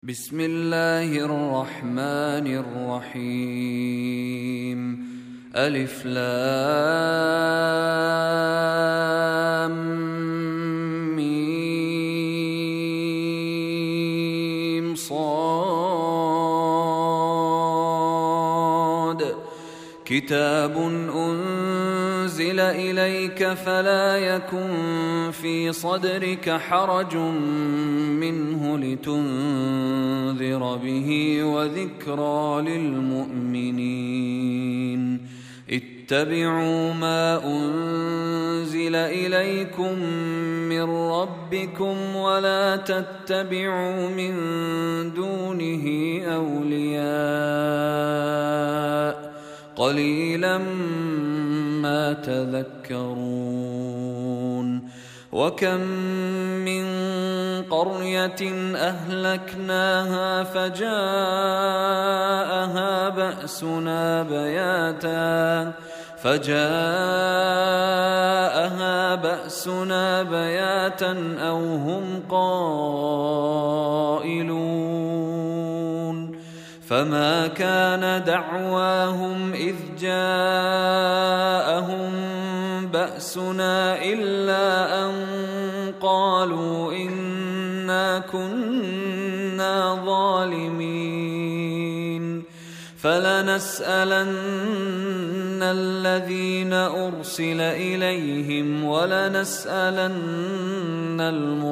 بسم الله الرحمن الرحيم. ألف لام ميم صاد. كتاب أنزل إليك فلا يكن في صدرك حرج منه لتنذر به وذكرى للمؤمنين. اتبعوا ما أنزل إليكم من ربكم ولا تتبعوا من دونه أولياء قليلا ما تذكرون. وكم من قرية أهلكناها فجاءها بأسنا بياتا أو هم قائلون. فما كان دعواهم إذ جاءهم بأسنا إلا أن قالوا إنا كنا ظالمين. فلنسألن الذين أرسل إليهم ولنسألن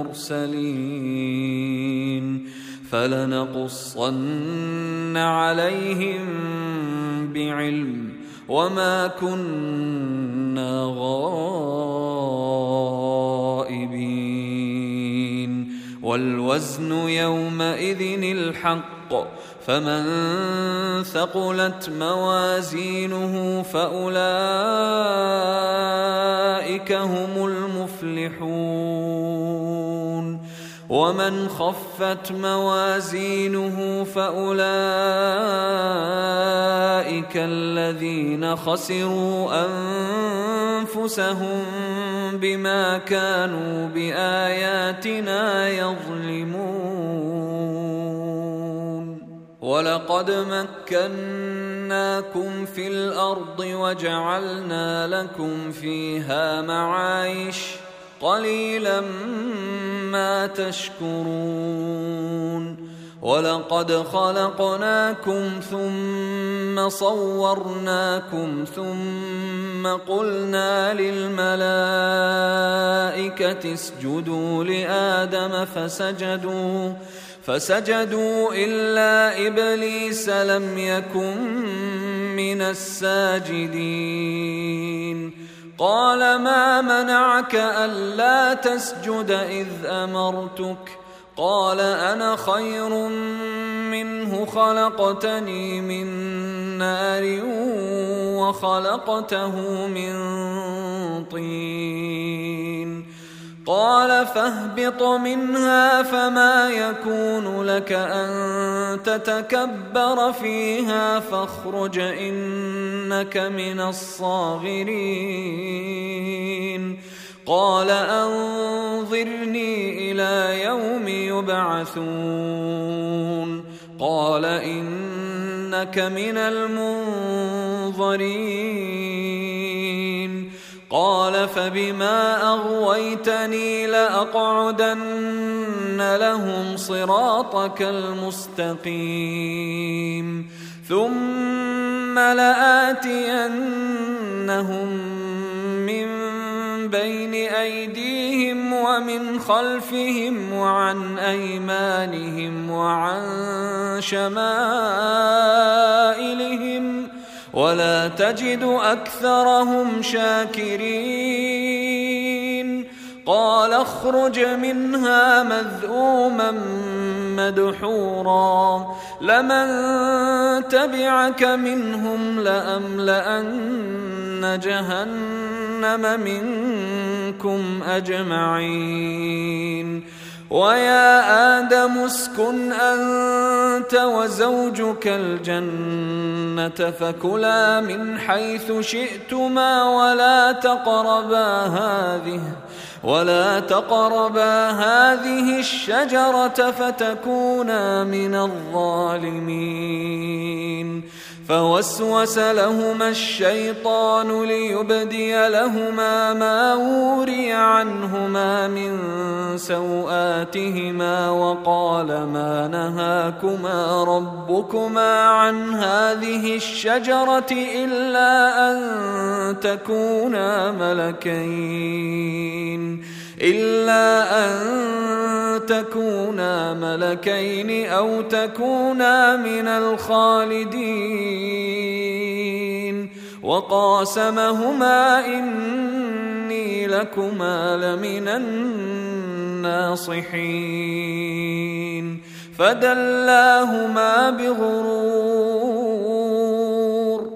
المرسلين فلنقصن عليهم بعلم وما كنا غائبين. والوزن يومئذ الحق فمن ثقلت موازينه فأولئك هم المفلحون. ومن خفت موازينه فأولئك الذين خسروا أنفسهم بما كانوا بآياتنا يظلمون. ولقد مكناكم في الأرض وجعلنا لكم فيها معايش قليلا ما تشكرون. ولقد خلقناكم ثم صورناكم ثم قلنا للملائكة اسجدوا لآدم فسجدوا إلا إبليس لم يكن من الساجدين. قال ما منعك ألا تسجد إذ أمرتك؟ قال أنا خير منه خلقتني من نار وخلقته من طين. قال فاهبط منها فما يكون لك أن تتكبر فيها فاخرج إنك من الصاغرين. قال أنظرني إلى يوم يبعثون. قال إنك من المنظرين. قال فبما أغويتني لأقعدن لهم صراطك المستقيم ثم لآتينهم من بين أيديهم ومن خلفهم وعن أيمانهم وعن شمائلهم ولا تجد أكثرهم شاكرين. قال اخرج منها مذءوما مدحورا لمن تبعك منهم لأملأن جهنم منكم أجمعين. ويا آدم اسكن أنت وزوجك الجنة فكلا من حيث شئتما ولا تقربا هذه الشجرة فتكونا من الظالمين. فوسوس لهما الشيطان ليبدي لهما ما وري عنهما من سوآتهما وقال ما نهاكما ربكما عن هذه الشجرة إلا أن تكونا ملكين أو تكونا من الخالدين. وقاسمهما إني لكما لمن الناصحين. فدلاهما بغرور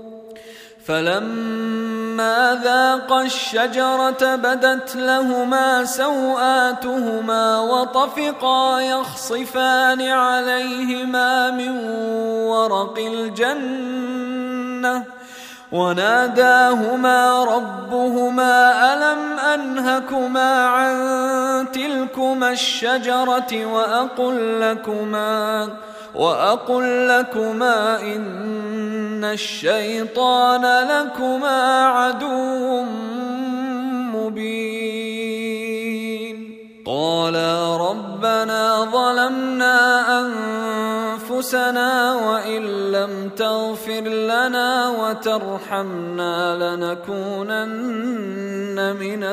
فلما ذاقا الشجرة بدت لهما سوآتهما وطفقا يخصفان عليهما من ورق الجنة وناداهما ربهما ألم أنهكما عن تلكما الشجرة وأقل لكما إن الشيطان لكما عدو مبين. قالا ربنا ظلمنا أنفسنا وإن لم تغفر لنا وترحمنا لنكونن من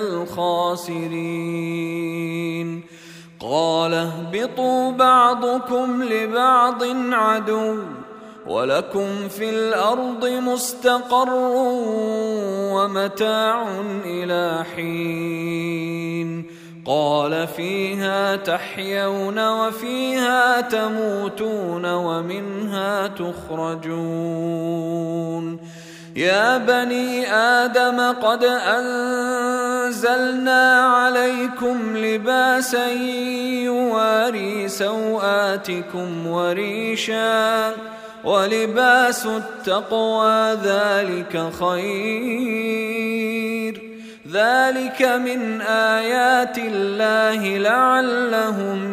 الخاسرين. قال اهبطوا بعضكم لبعض عدو ولكم في الأرض مستقر ومتاع إلى حين. قال فيها تحيون وفيها تموتون ومنها تخرجون. يا بني آدم قد أنزلنا عليكم لباسا يواري سوآتكم وريشا ولباس التقوى ذلك خير. ذلك من آيات الله لعلهم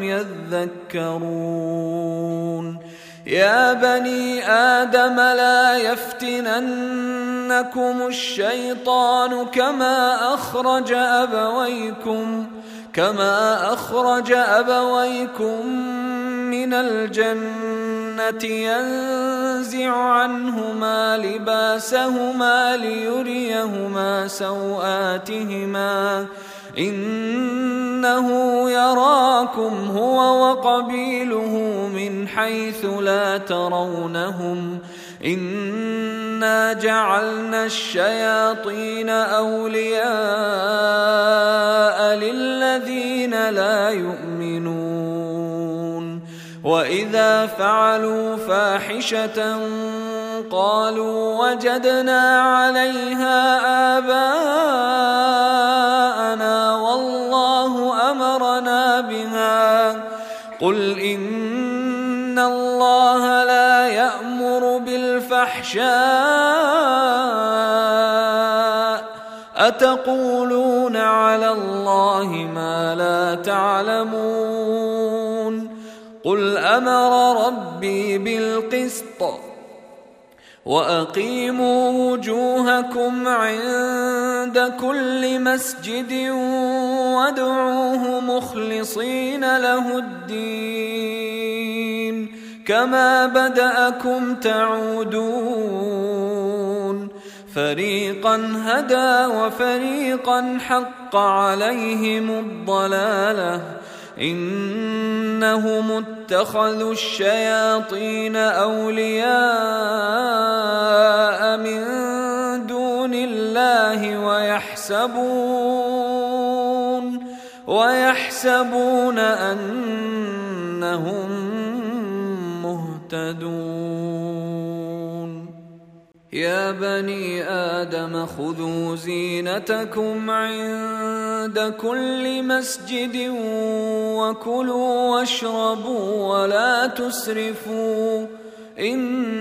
يذكرون. يا بني آدم لا يفتننكم الشيطان كما أخرج أبويكم من الجنة ينزع عنهما لباسهما ليريهما سوآتهما إنه يراكم هو وقبيله من حيث لا ترونهم إنا جعلنا الشياطين أولياء للذين لا يؤمنون. وإذا فعلوا فاحشة قالوا وجدنا عليها آباءنا والله أمرنا بها. قل إن الله لا يأمر بالفحشاء أتقولون على الله ما لا تعلمون. قل أمر ربي بالقسط وأقيموا وجوهكم عند كل مسجد وادعوه مخلصين له الدين كما بدأكم تعودون. فريقا هدى وفريقا حق عليهم الضلالة إنهم اتخذوا الشياطين أولياء من دون الله ويحسبون أنهم مهتدون. يا بني آدم خذوا زينتكم عند كل مسجد وكلوا واشربوا ولا تسرفوا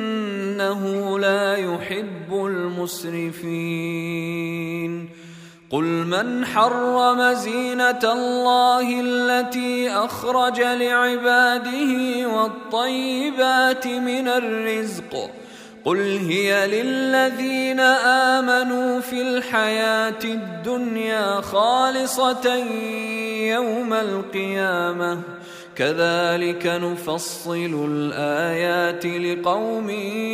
إنه لا يحب المسرفين. قل من حرم زينة الله التي أخرج لعباده والطيبات من الرزق قل هي للذين آمنوا في الحياة الدنيا خالصة يوم القيامة كذلك نفصل الآيات لقوم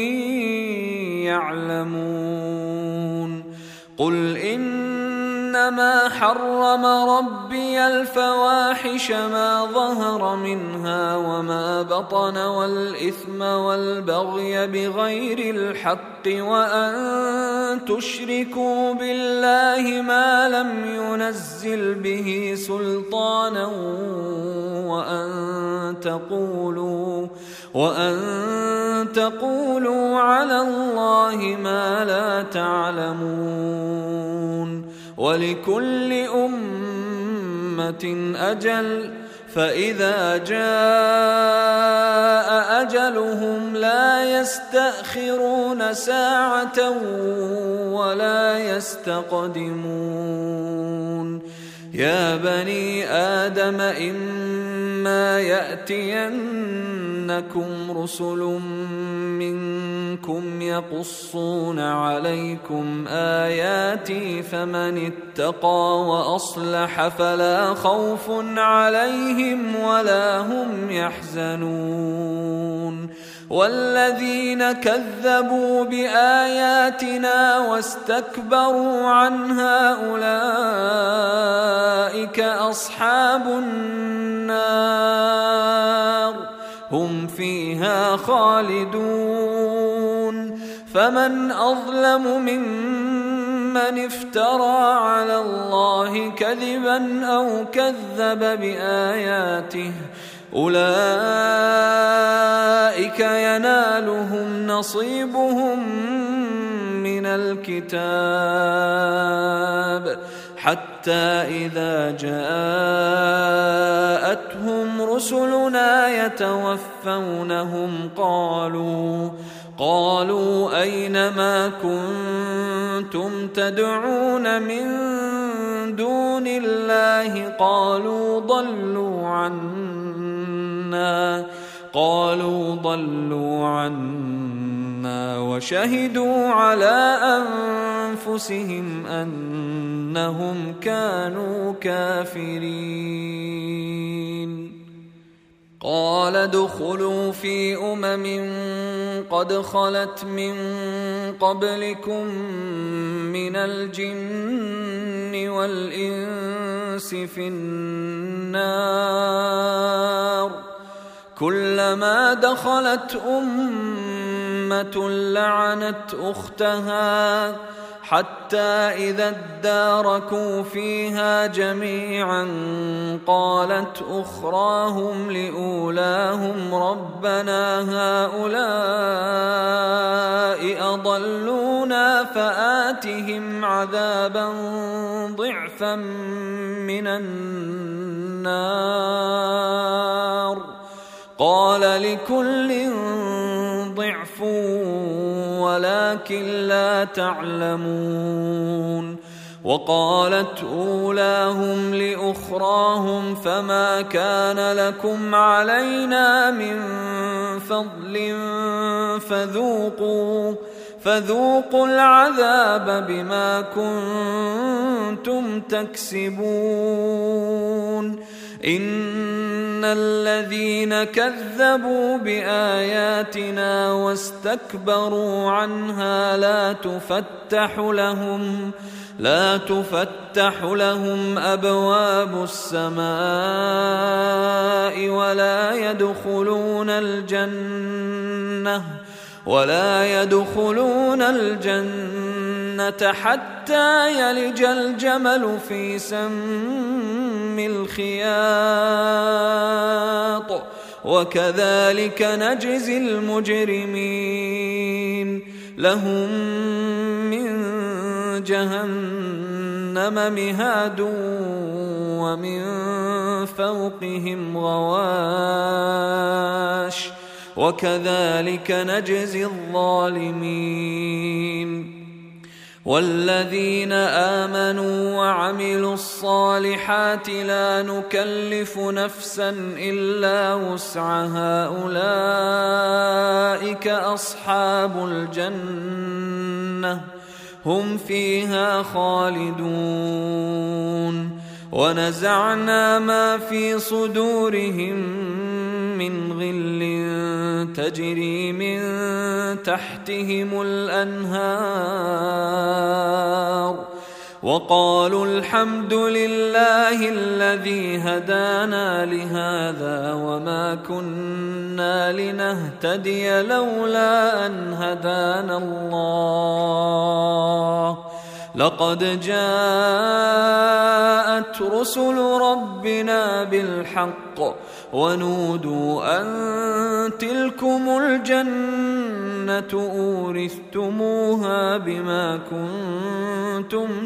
يعلمون قل إنما حرم ربي الفواحش ما ظهر منها وما بطن والإثم والبغي بغير الحق وأن تشركوا بالله ما لم ينزل به سلطانا وأن تقولوا على الله ما لا تعلمون ولكل أمة أجل فإذا جاء أجلهم لا يستأخرون ساعة ولا يستقدمون يا بني آدم إما يأتينكم رسل منكم يقصون عليكم آياتي فمن اتقى وأصلح فلا خوف عليهم ولا هم يحزنون والذين كذبوا بآياتنا واستكبروا عنها أولئك أصحاب النار هم فيها خالدون فمن أظلم ممن افترى على الله كذبا أو كذب بآياته أولئك ينالهم نصيبهم من الكتاب حتى إذا جاءتهم رسلنا يتوفونهم قالوا أين ما كنتم تدعون من دون الله قالوا ضلوا عنا وشهدوا على أنفسهم أنهم كانوا كافرين قال ادخلوا في قد خلت من قبلكم من الجن والإنس في النار كلما دخلت أمة لعنت أختها حتى إذا اداركوا فيها جميعا قالت أخراهم لأولاهم ربنا هؤلاء أضلونا فآتهم عذابا ضعفا من النار قال لكل ضعف ولكن لا تعلمون وقالت أولاهم لأخراهم فما كان لكم علينا من فضل فذوقوا العذاب بما كنتم تكسبون إن الذين كذبوا بآياتنا واستكبروا عنها لا تفتح لهم أبواب السماء ولا يدخلون الجنة حتى يلج الجمل في سم الخياط وكذلك نجزي المجرمين لهم من جهنم مهاد ومن فوقهم غواش وكذلك نجزي الظالمين والذين آمنوا وعملوا الصالحات لا نكلف نفسا إلا وسعها أولئك أصحاب الجنة هم فيها خالدون ونزعنا ما في صدورهم من غل تجري من تحتهم الأنهار وقالوا الحمد لله الذي هدانا لهذا وما كنا لنهتدي لولا أن هدانا الله لقد جاءت رسل ربنا بالحق ونودوا أن تلكم الجنة أورثتموها بما كنتم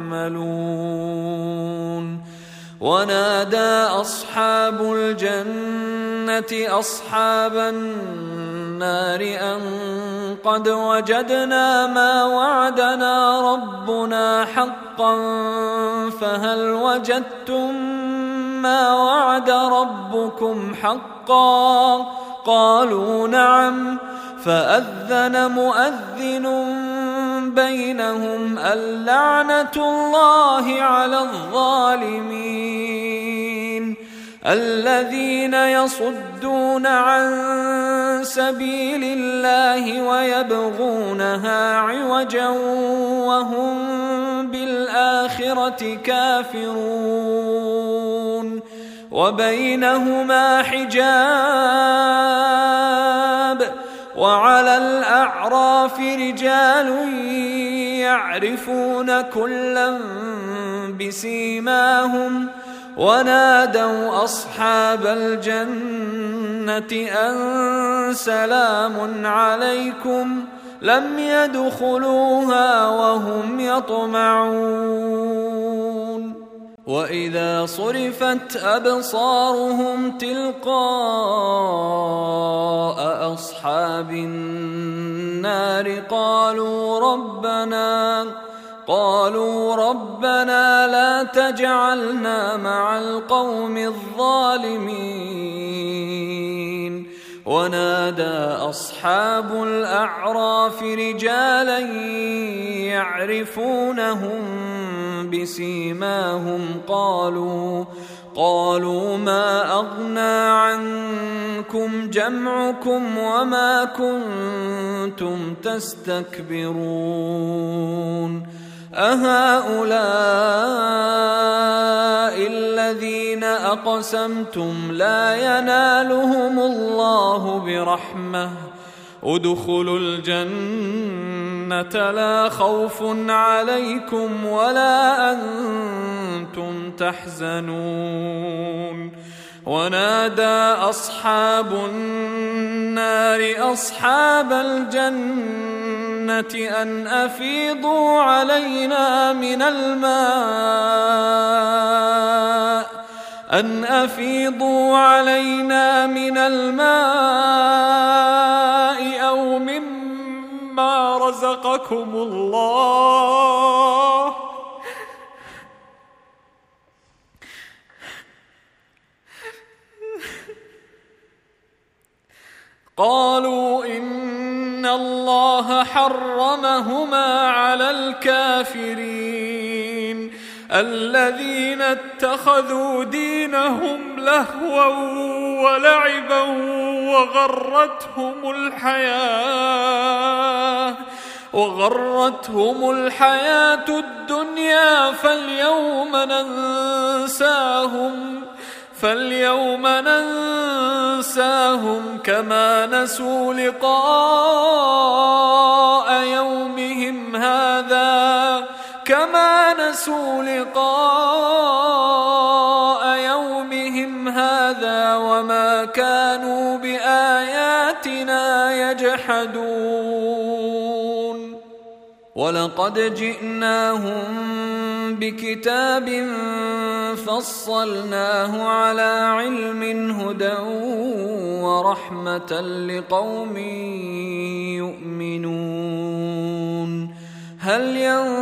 تعملون ونادى أصحاب الجنة أصحاب النار أن قد وجدنا ما وعدنا ربنا حقا فهل وجدتم ما وعد ربكم حقا قالوا نعم فأذن مؤذن بينهم اللعنة الله على الظالمين الذين يصدون عن سبيل الله ويبغونها عوجا وهم بالآخرة كافرون وبينهما حجاب وعلى الأعراف رجال يعرفون كلا بسيماهم ونادوا أصحاب الجنة أن سلام عليكم لم يدخلوها وهم يطمعون وإذا صرفت أبصارهم تلقاء أصحاب النار قالوا ربنا لا تجعلنا مع القوم الظالمين ونادى أصحاب الأعراف رجالا يعرفونهم بسيماهم قالوا ما أغنى عنكم جمعكم وما كنتم تستكبرون أهؤلاء الذين أقسمتم لا ينالهم الله برحمة ادخلوا الجنة لا خوف عليكم ولا أنتم تحزنون ونادى أصحاب النار أصحاب الجنة أن أفيضوا علينا من الماء أو مما رزقكم الله قالوا إن الله حرمهما على الكافرين الذين اتخذوا دينهم لهوا ولعبا وغرتهم الحياة الدنيا فاليوم ننساهم كما نسوا لقاء يومهم هذا وما كانوا بآياتنا يجحدون ولقد جئناهم بكتاب فصلناه على علم هدى ورحمة لقوم يؤمنون هل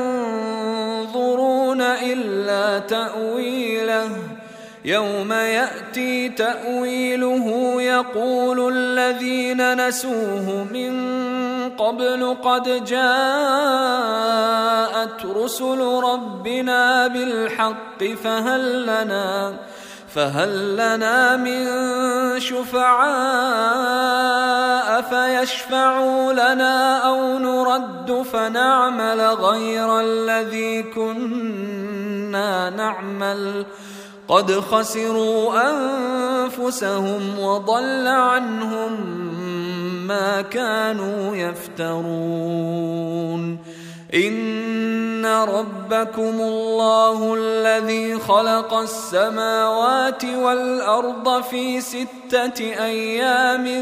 ينظرون إلا تأويله يوم يأتي تأويله يقول الذين نسوه من قبل قد جاءت رسل ربنا بالحق فهل لنا من شفعاء فيشفعوا لنا أو نرد فنعمل غير الذي كنا نعمل قد خسروا أنفسهم وضل عنهم ما كانوا يفترون إن ربكم الله الذي خلق السماوات والأرض في 6 أيام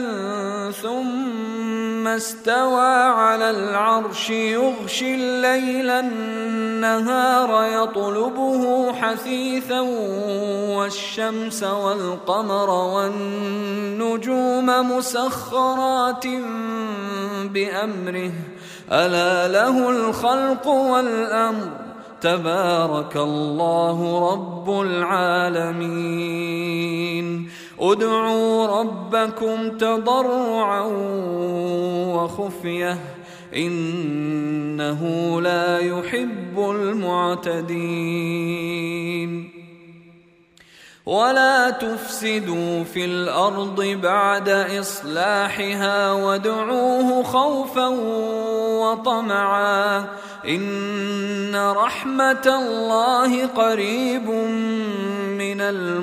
ثم استوى على العرش يغشي الليل النهار يطلبه حثيثا والشمس والقمر والنجوم مسخرات بأمره ألا له الخلق والأمر تبارك الله رب العالمين ادعوا ربكم تضرعا وخفية إنه لا يحب المعتدين ولا تفسدوا في الأرض بعد إصلاحها وادعوه خوفا وطمعا إن رحمة الله قريب من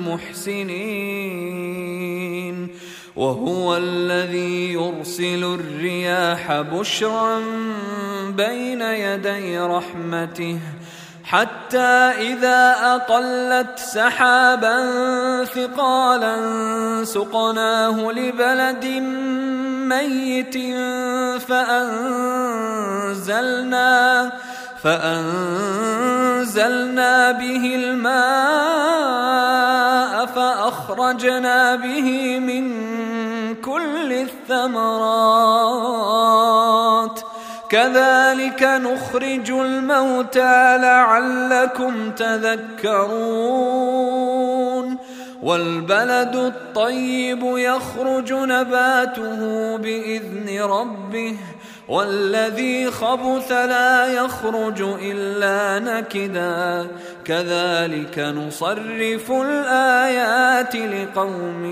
المحسنين وهو الذي يرسل الرياح بشرا بين يدي رحمته حتى إذا أقلت سحابا ثقالا سقناه لبلد ميت فأنزلنا به الماء فأخرجنا به من كل الثمرات كذلك نخرج الموتى لعلكم تذكرون والبلد الطيب يخرج نباته بإذن ربه والذي خبث لا يخرج إلا نكدا كذلك نصرف الآيات لقوم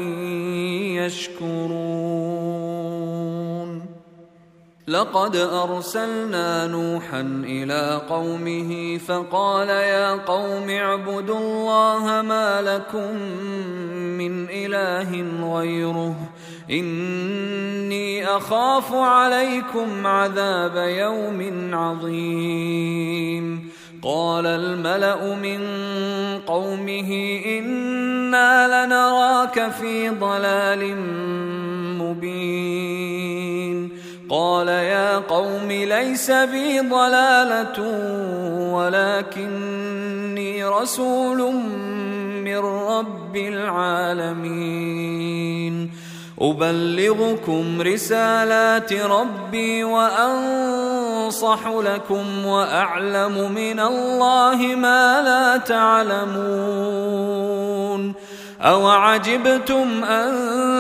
يشكرون لقد أرسلنا نوحا إلى قومه فقال يا قوم اعبدوا الله ما لكم من إله غيره إني أخاف عليكم عذاب يوم عظيم قال الملأ من قومه إنا لنراك في ضلال مبين قال يا قوم ليس بي ضلالة ولكني رسول من رب العالمين أبلغكم رسالات ربي وأنصح لكم وأعلم من الله ما لا تعلمون أوعجبتم أن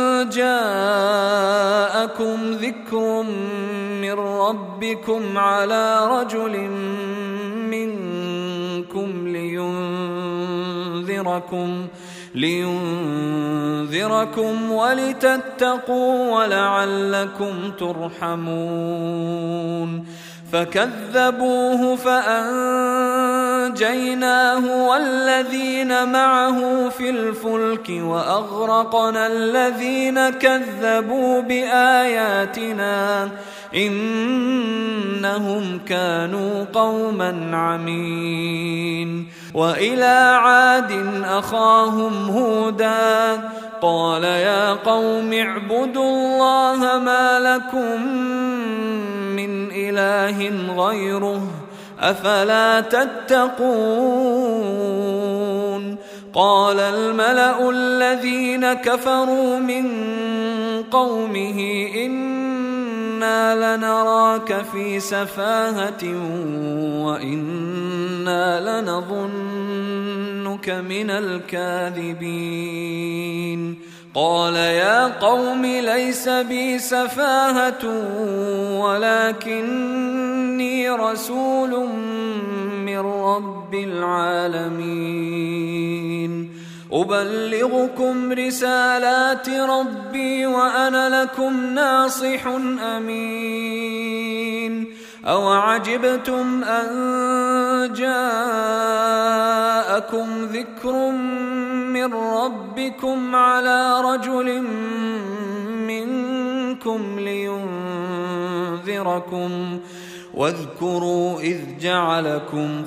جاءكم ذكر من ربكم على رجل منكم لينذركم ولتتقوا ولعلكم ترحمون فكذبوه فأنجيناه والذين معه في الفلك وأغرقنا الذين كذبوا بآياتنا إنهم كانوا قوما عمين وإلى عاد أخاهم هودا قال يا قوم اعبدوا الله ما لكم من إله غيره أفلا تتقون قال الملأ الذين كفروا من قومه إنا إنا لنراك في سفاهة وإنا لنظنك من الكاذبين قال يا قوم ليس بي سفاهة ولكني رسول من رب العالمين أبلغكم رسالات ربي وأنا لكم ناصح أمين أوعجبتم أن جاءكم ذكر من ربكم على رجل منكم لينذركم واذكروا إذ جعلكم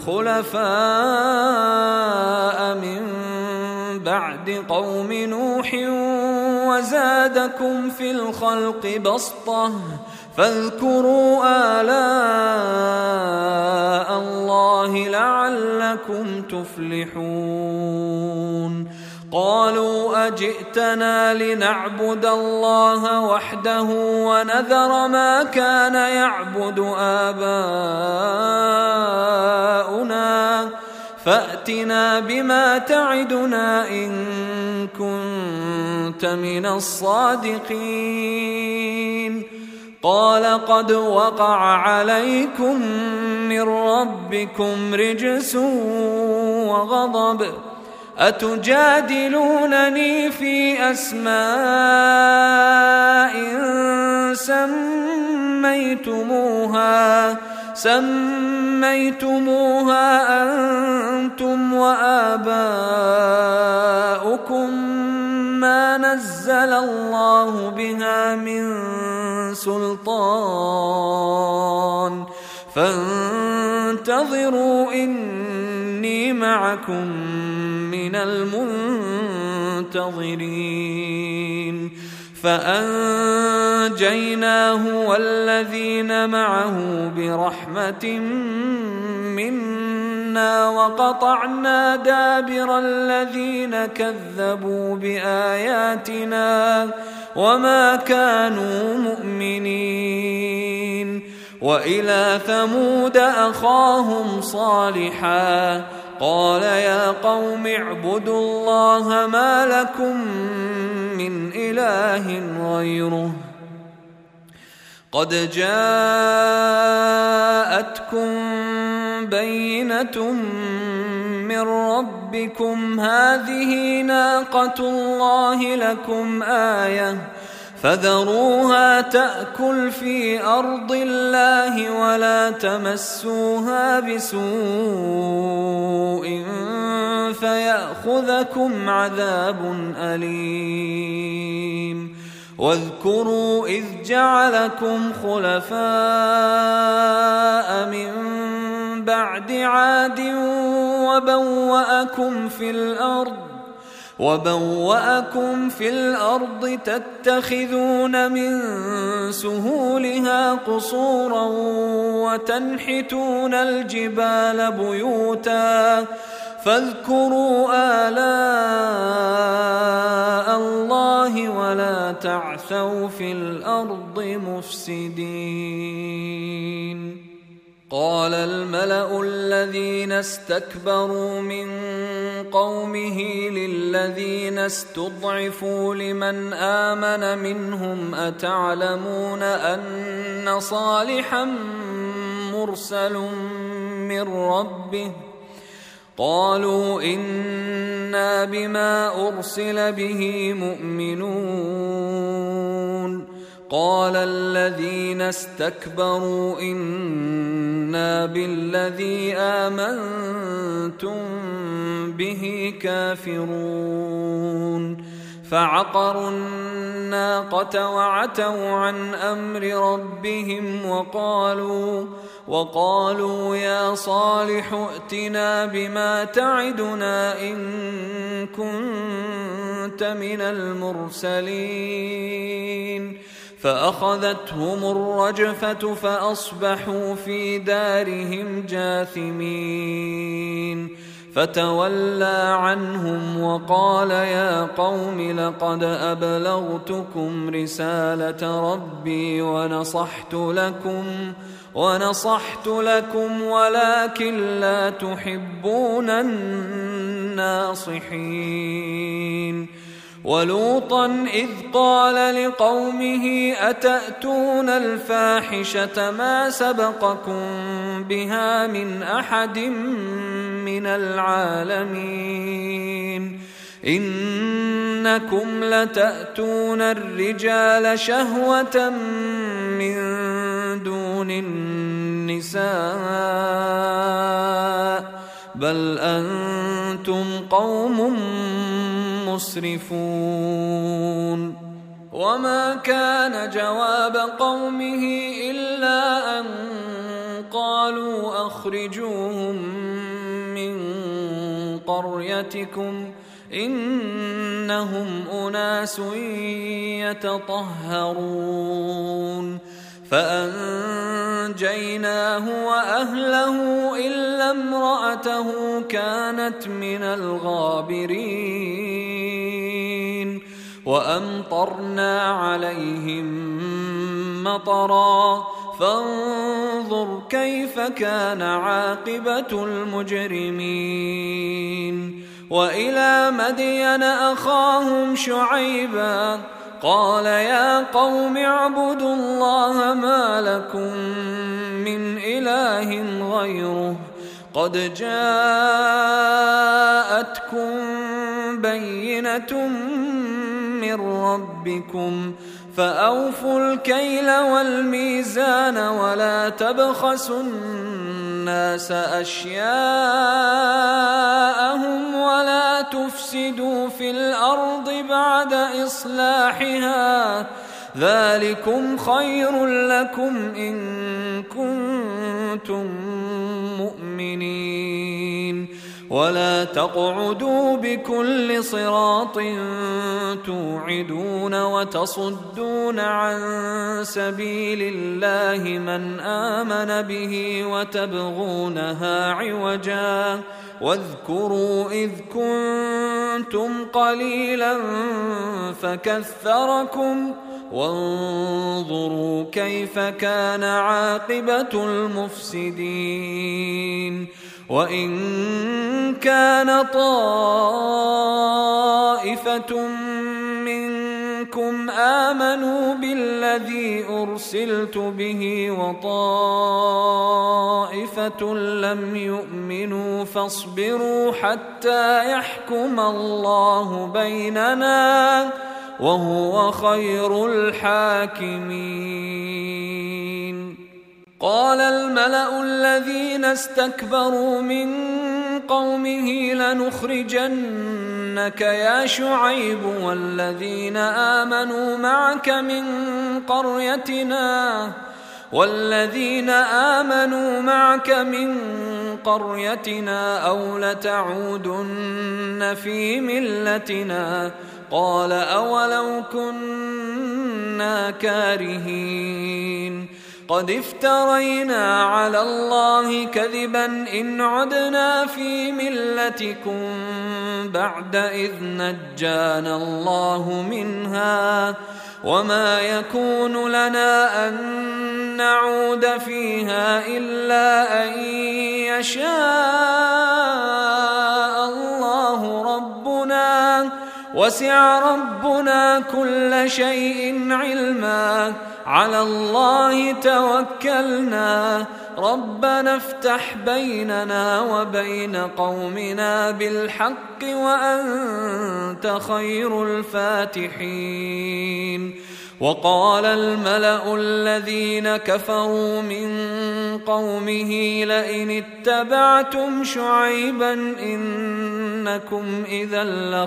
خلفاء من بعد قوم نوح وزادكم في الخلق بسطة فاذكروا آلاء الله لعلكم تفلحون قالوا أجئتنا لنعبد الله وحده ونذر ما كان يعبد آباؤنا فأتنا بما تعدنا إن كنت من الصادقين قال قد وقع عليكم من ربكم رجس وغضب أتجادلونني في أسماء سميتموها أنتم وآباؤكم ما نزل الله بها من سلطان فانتظروا إني معكم من المنتظرين فأنجيناه والذين معه برحمة منا وقطعنا دابر الذين كذبوا بآياتنا وما كانوا مؤمنين وإلى ثمود أخاهم صالحا قال يا قوم اعبدوا الله ما لكم من إله غيره قد جاءتكم بينة من ربكم هذه ناقة الله لكم آية فذروها تأكل في أرض الله ولا تمسوها بسوء فيأخذكم عذاب أليم واذكروا إذ جعلكم خلفاء من بعد عاد وبوأكم في الأرض تتخذون من سهولها قصورا وتنحتون الجبال بيوتا فاذكروا آلاء الله ولا تعثوا في الأرض مفسدين قال الملأ الذين استكبروا من قومه للذين استضعفوا لمن آمن منهم أتعلمون أن صالحا مرسل من ربه قالوا إنا بما أرسل به مؤمنون قال الذين استكبروا إنا بالذي آمنتم به كافرون فعقروا الناقة وعتوا عن أمر ربهم وقالوا يا صالح ائتنا بما تعدنا إن كنت من المرسلين فأخذتهم الرجفة فأصبحوا في دارهم جاثمين فتولى عنهم وقال يا قوم لقد أبلغتكم رسالة ربي ونصحت لكم ولكن لا تحبون الناصحين. ولوطا إذ قال لقومه أتأتون الفاحشة ما سبقكم بها من أحد من العالمين إنكم لتأتون الرجال شهوة من دون النساء بل أنتم قوم مسرفون. وما كان جواب قومه إلا أن قالوا أخرجوهم من قريتكم إنهم أناس يتطهرون. فأنجيناه وأهله إلا امرأته كانت من الغابرين. وأمطرنا عليهم مطرا فانظر كيف كان عاقبة المجرمين. وإلى مدين أخاهم شعيبا قال يا قوم اعبدوا الله ما لكم من إله غيره قد جاءتكم بينة من ربكم فأوفوا الكيل والميزان ولا تبخسوا الناس أشياءهم ولا تفسدوا في الأرض بعد إصلاحها ذلكم خير لكم إن كنتم مؤمنين. ولا تقعدوا بكل صراط توعدون وتصدون عن سبيل الله من آمن به وتبغونها عوجا واذكروا إذ كنتم قليلا فكثركم وانظروا كيف كان عاقبة المفسدين. وإن كان طائفة منكم آمنوا بالذي أرسلت به وطائفة لم يؤمنوا فاصبروا حتى يحكم الله بيننا وهو خير الحاكمين. قال الملأ الذين استكبروا من قومه لنخرجنك يا شعيب والذين آمنوا معك من قريتنا أو لتعودن في ملتنا قال أولو كنا كارهين قد افترينا على الله كذبا إن عدنا في ملتكم بعد إذ نجانا الله منها وما يكون لنا أن نعود فيها إلا أن يشاء الله ربنا وسع ربنا كل شيء علما على الله توكلنا ربنا افتح بيننا وبين قومنا بالحق وأنت خير الفاتحين. وقال الملأ الذين كفروا من قومه لئن اتبعتم شعيبا إنكم إذا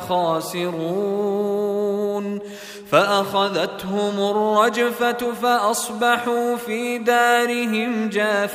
لخاسرون فأخذتهم الرجفة فأصبحوا في دارهم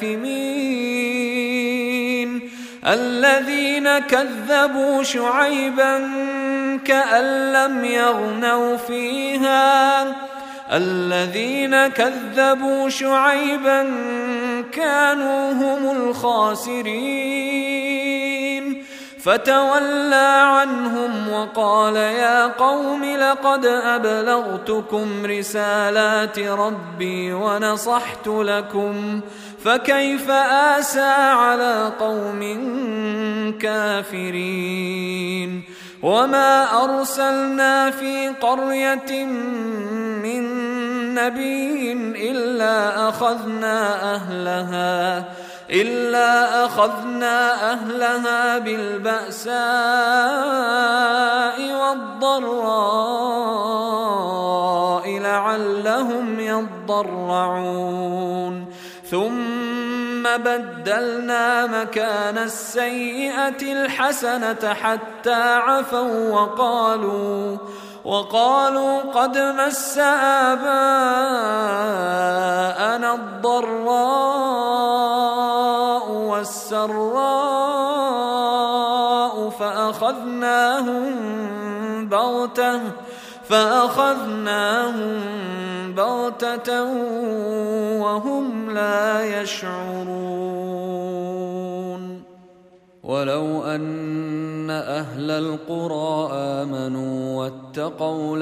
جاثمين. الذين كذبوا شعيبا كأن لم يغنوا فيها الذين كذبوا شعيبا كانوا هم الخاسرين فتولى عنهم وقال يا قوم لقد أبلغتكم رسالات ربي ونصحت لكم فكيف آسى على قوم كافرين وما أرسلنا في قرية من نبي إلا أخذنا أهلها بالبأساء والضراء لعلهم يضرعون ثم بدلنا مكان السيئة الحسنة حتى عفوا وقالوا قد مس آباءنا الضراء والسراء فأخذناهم بغتة وهم لا يشعرون ولو أن أهل القرى آمنوا واتقوا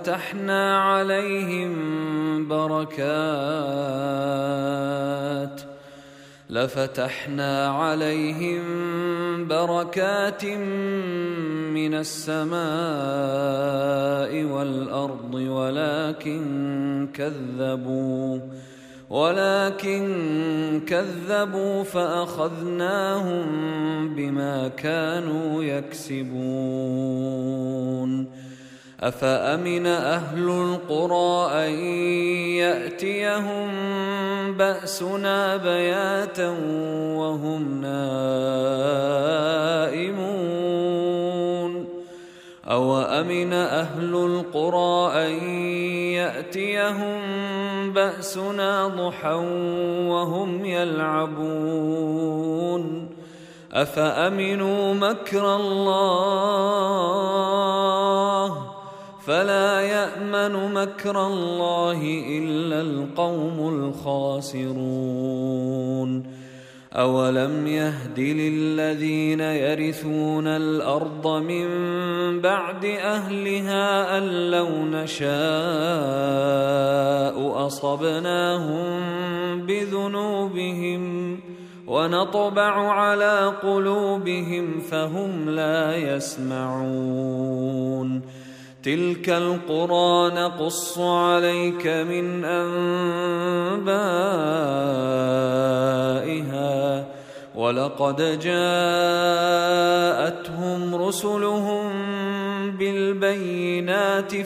لفتحنا عليهم بركات من السماء والأرض ولكن كذبوا فأخذناهم بما كانوا يكسبون أفأمن أهل القرى أن يأتيهم بأسنا بياتا وهم نائمون أوأمن أهل القرى أن يأتيهم بأسنا ضحى وهم يلعبون أفأمنوا مكر الله فلا يأمن مكر الله إلا القوم الخاسرون أولم يهد للذين يرثون الأرض من بعد أهلها أن لو نشاء أصبناهم بذنوبهم ونطبع على قلوبهم فهم لا يسمعون تلك القرى نقص عليك من أنبائها ولقد جاءتهم رسلهم بالبينات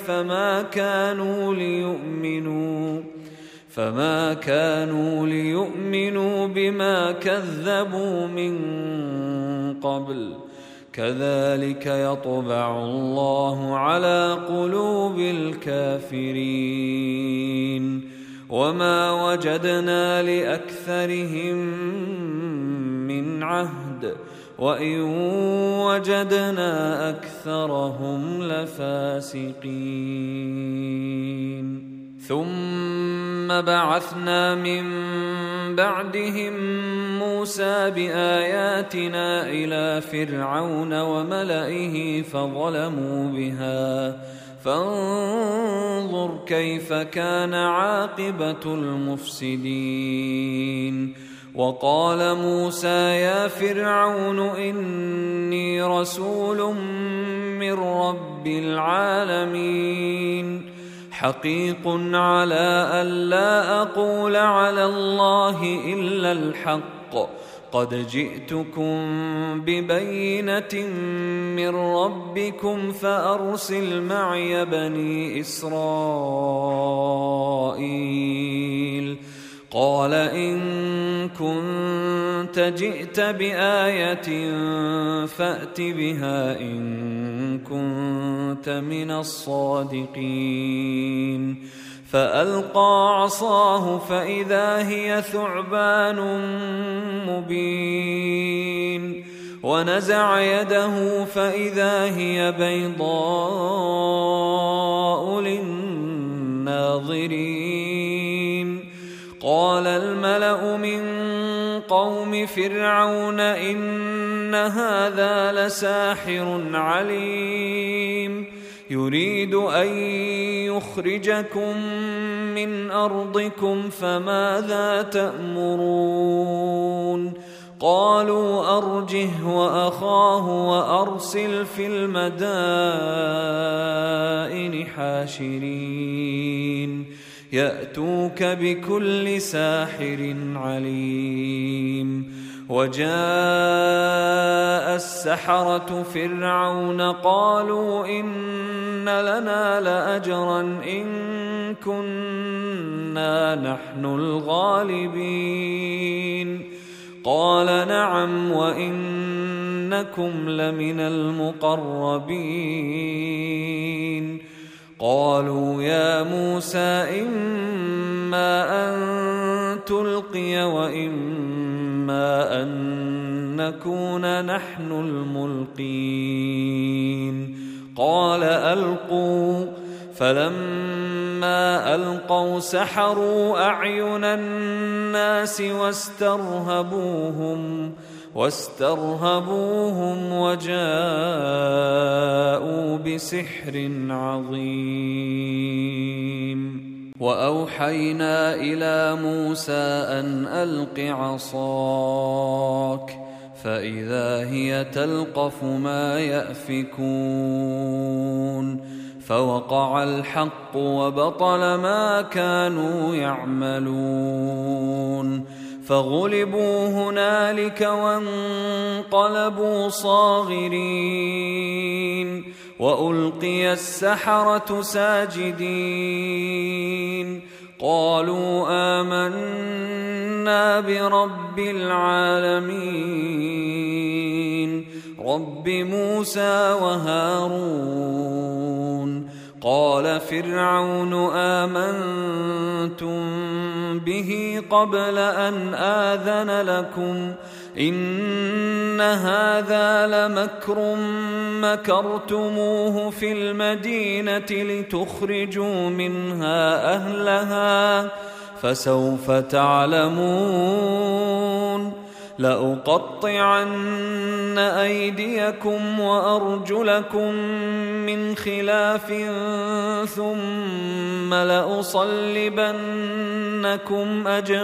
فما كانوا ليؤمنوا بما كذبوا من قبل كذلك يطبع الله على قلوب الكافرين وما وجدنا لأكثرهم من عهد وإن وجدنا أكثرهم لفاسقين ثم بعثنا من بعدهم موسى بآياتنا إلى فرعون وملئه فظلموا بها فانظر كيف كان عاقبة المفسدين وقال موسى يا فرعون إني رسول من رب العالمين حقيق على ألا أقول على الله إلا الحق قد جئتكم ببينة من ربكم فأرسل معي بني إسرائيل قال إن كنت جئت بآية فأت بها إن كنت من الصادقين فألقى عصاه فإذا هي ثعبان مبين ونزع يده فإذا هي بيضاء للناظرين قال الملأ من قوم فرعون إن هذا لساحر عليم يريد أن يخرجكم من أرضكم فماذا تأمرون قالوا أرجه وأخاه وأرسل في المدائن حاشرين يأتوك بكل ساحر عليم وجاء السحرة فرعون قالوا إن لنا لأجرا إن كنا نحن الغالبين قال نعم وإنكم لمن المقربين قالوا يا موسى إما أن تلقي وإما أن نكون نحن الملقين قال ألقوا فلما ألقوا سحروا أعين الناس واسترهبوهم وجاءوا بسحر عظيم وأوحينا إلى موسى أن ألق عصاك فإذا هي تلقف ما يأفكون فوقع الحق وبطل ما كانوا يعملون فغلبوا هنالك وانقلبوا صاغرين وألقي السحرة ساجدين قالوا آمنا برب العالمين رب موسى وهارون قال فرعون آمنتم به قبل أن آذن لكم إن هذا لمكر مكرتموه في المدينة لتخرجوا منها أهلها فسوف تعلمون لأقطعن أيديكم وأرجلكم من خلاف ثم لأصلبنكم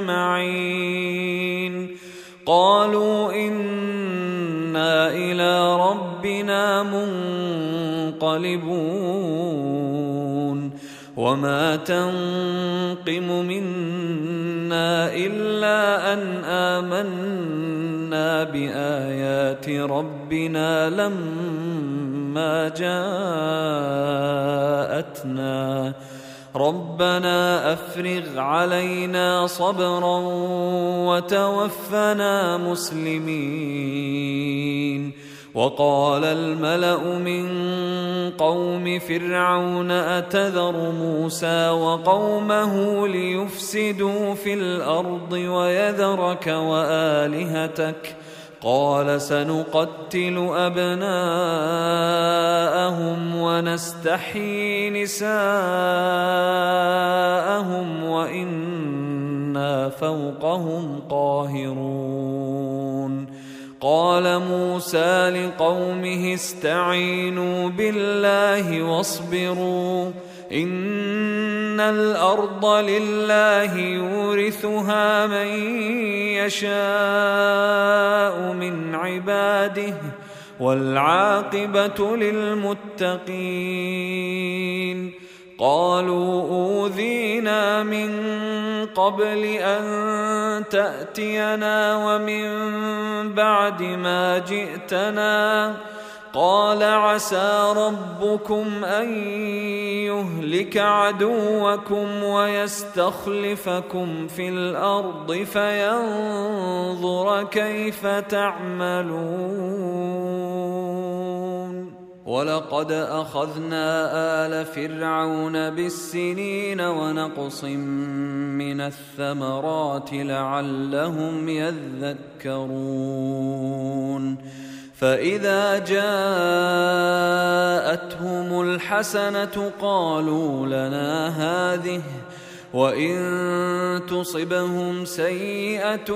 أجمعين قالوا إنا إلى ربنا منقلبون وما تنقم منا إلا أن آمنا بآيات ربنا لما جاءتنا ربنا أفرغ علينا صبرا وتوفنا مسلمين وقال الملأ من قوم فرعون أتذر موسى وقومه ليفسدوا في الأرض ويذرك وآلهتك قال سنقتل أبناءهم ونستحيي نساءهم وإنا فوقهم قاهرون قال موسى لقومه استعينوا بالله واصبروا إن الأرض لله يورثها من يشاء من عباده والعاقبة للمتقين قالوا أوذينا من قبل أن تأتينا ومن بعد ما جئتنا قال عسى ربكم أن يهلك عدوكم ويستخلفكم في الأرض فينظر كيف تعملون ولقد أخذنا آل فرعون بالسنين ونقص من الثمرات لعلهم يذكرون فإذا جاءتهم الحسنة قالوا لنا هذه وإن تصبهم سيئة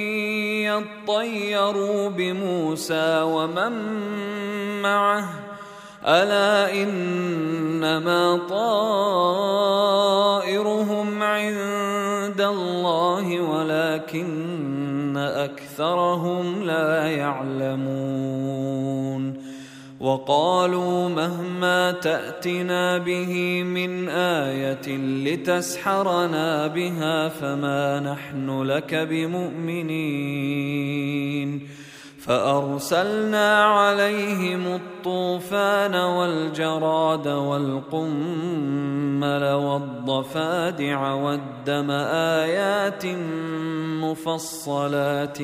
يطيروا بموسى ومن معه ألا إنما طائرهم عند الله ولكن أكثرهم لا يعلمون وقالوا مهما تأتنا به من آية لتسحرنا بها فما نحن لك بمؤمنين فأرسلنا عليهم الطوفان والجراد والقمل والضفادع والدم آيات مفصلات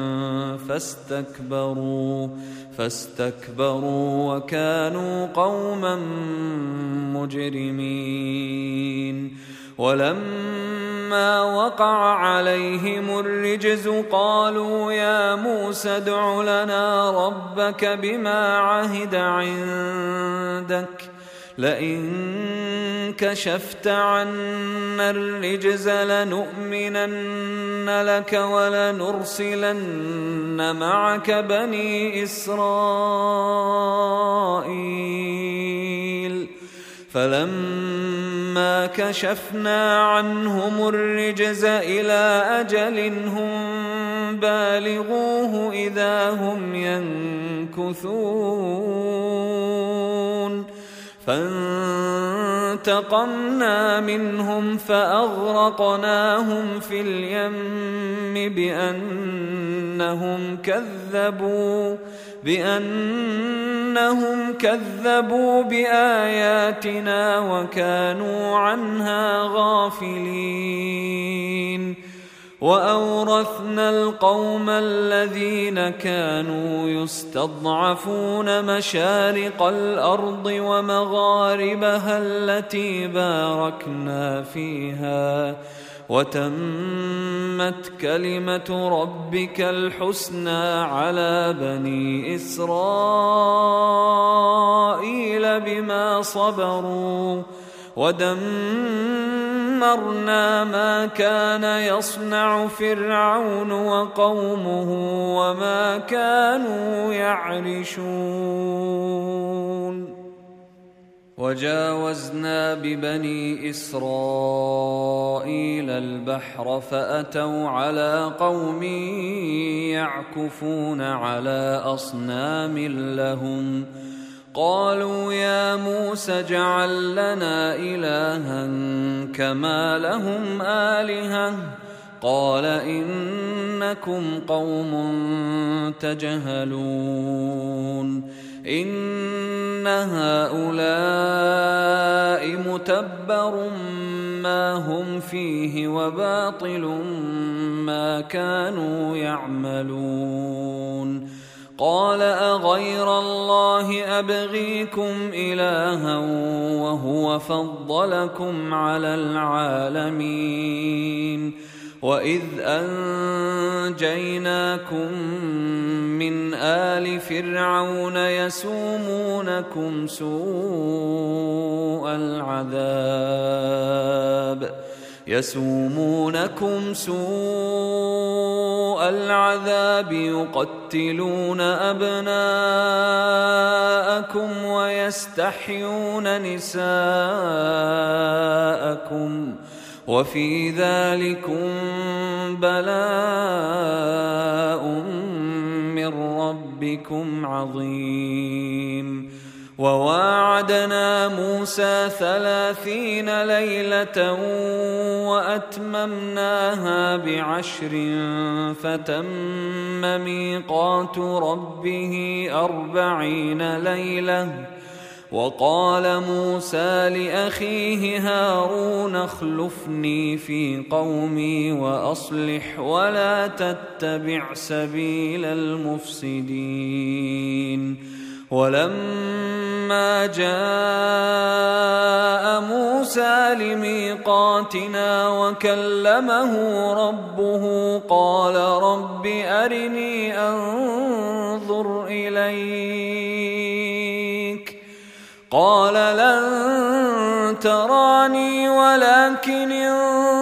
فاستكبروا وكانوا قوما مجرمين ولما وقع عليهم الرجز قالوا يا موسى ادع لنا ربك بما عهد عندك لئن كشفت عنا الرجز لنؤمنن لك ولنرسلن معك بني إسرائيل فلما كشفنا عنهم الرجز إلى أجل هم بالغوه إذا هم ينكثون فانتقمنا منهم فأغرقناهم في اليم بأنهم كذبوا بآياتنا وكانوا عنها غافلين وأورثنا القوم الذين كانوا يستضعفون مشارق الأرض ومغاربها التي باركنا فيها وتمت كلمة ربك الحسنى على بني إسرائيل بما صبروا ودمرنا ما كان يصنع فرعون وقومه وما كانوا يعرشون وجاوزنا ببني إسرائيل البحر فأتوا على قوم يعكفون على أصنام لهم قالوا يا موسى اجعل لنا إلها كما لهم آلهة قال إنكم قوم تجهلون إن هؤلاء متبر ما هم فيه وباطل ما كانوا يعملون قال أغير الله أبغيكم إلها وهو فضلكم على العالمين وإذ أنجيناكم من آل فرعون يسومونكم سوء العذاب يقتلون أبناءكم ويستحيون نساءكم وفي ذلكم بلاء من ربكم عظيم وواعدنا موسى 30 ليلة وأتممناها ب10 فتم ميقات ربه 40 ليلة وقال موسى لأخيه هارون اخلفني في قومي وأصلح ولا تتبع سبيل المفسدين ولما جاء موسى لميقاتنا وكلمه ربه قال رب أرني أنظر إليك قال لن تراني ولكن انظر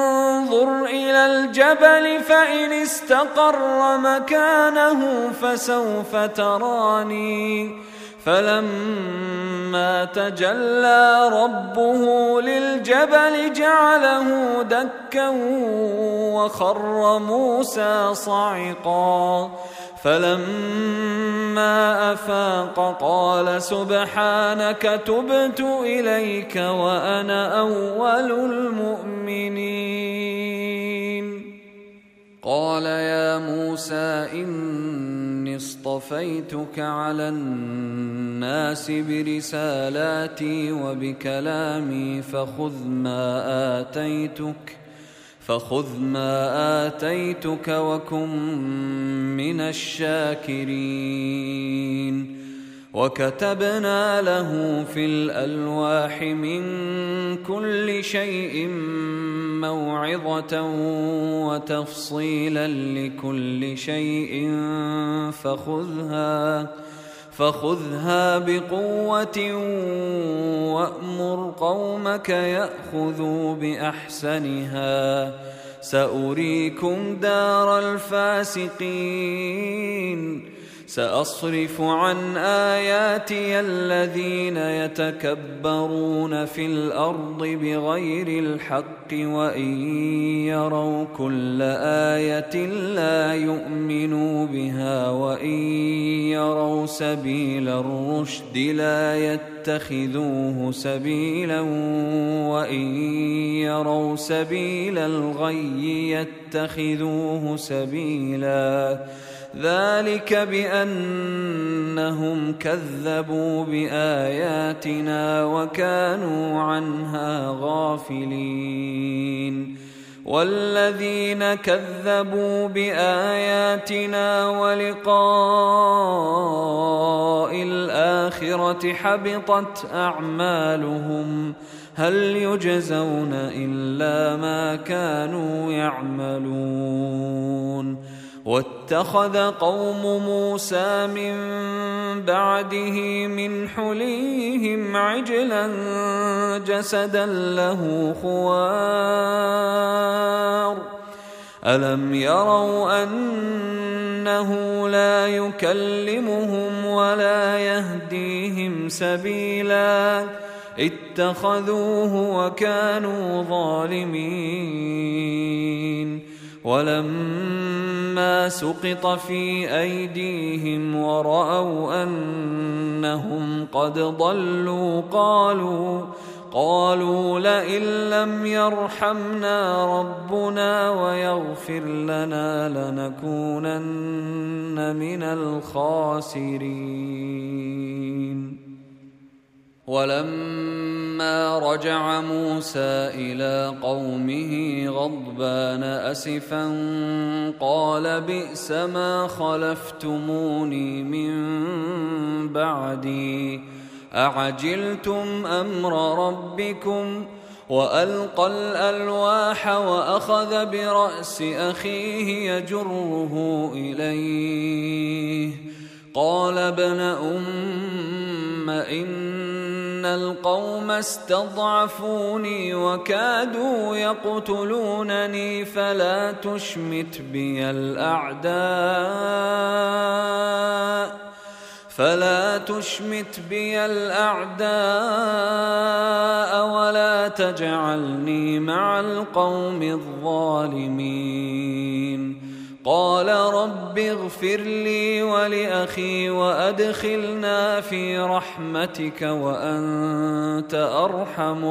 الجبل فإن استقر مكانه فسوف تراني فلما تجلى ربه للجبل جعله دكا وخر موسى صعقا فلما أفاق قال سبحانك تبت إليك وأنا أول المؤمنين. قال يا موسى إني اصطفيتك على الناس برسالاتي وبكلامي فخذ ما آتيتك وكن من الشاكرين. وكتبنا له في الألواح من كل شيء موعظة وتفصيلا لكل شيء فخذها بقوة وأمر قومك يأخذوا بأحسنها سأريكم دار الفاسقين. سأصرف عن آياتي الذين يتكبرون في الأرض بغير الحق وإن يروا كل آية لا يؤمنوا بها وإن يروا سبيل الرشد لا يتخذوه سبيلا وإن يروا سبيل الغي يتخذوه سبيلا ذلك بأنهم كذبوا بآياتنا وكانوا عنها غافلين. والذين كذبوا بآياتنا ولقاء الآخرة حبطت أعمالهم هل يجزون إلا ما كانوا يعملون. واتخذ قوم موسى من بعده من حليهم عجلا جسدا له خوار ألم يروا أنه لا يكلمهم ولا يهديهم سبيلا اتخذوه وكانوا ظالمين. ولما سقط في أيديهم ورأوا أنهم قد ضلوا قالوا لئن لم يرحمنا ربنا ويغفر لنا لنكونن من الخاسرين. ولما رجع موسى إلى قومه غضبان أسفا قال بئس ما خلفتموني من بعدي أعجلتم أمر ربكم وألقى الألواح وأخذ برأس أخيه يجره إليه قال ابن أم إن القوم استضعفوني وكادوا يقتلونني فلا تشمت بي الأعداء ولا تجعلني مع القوم الظالمين. قال رب اغفر لي ولأخي وأدخلنا في رحمتك وأنت أرحم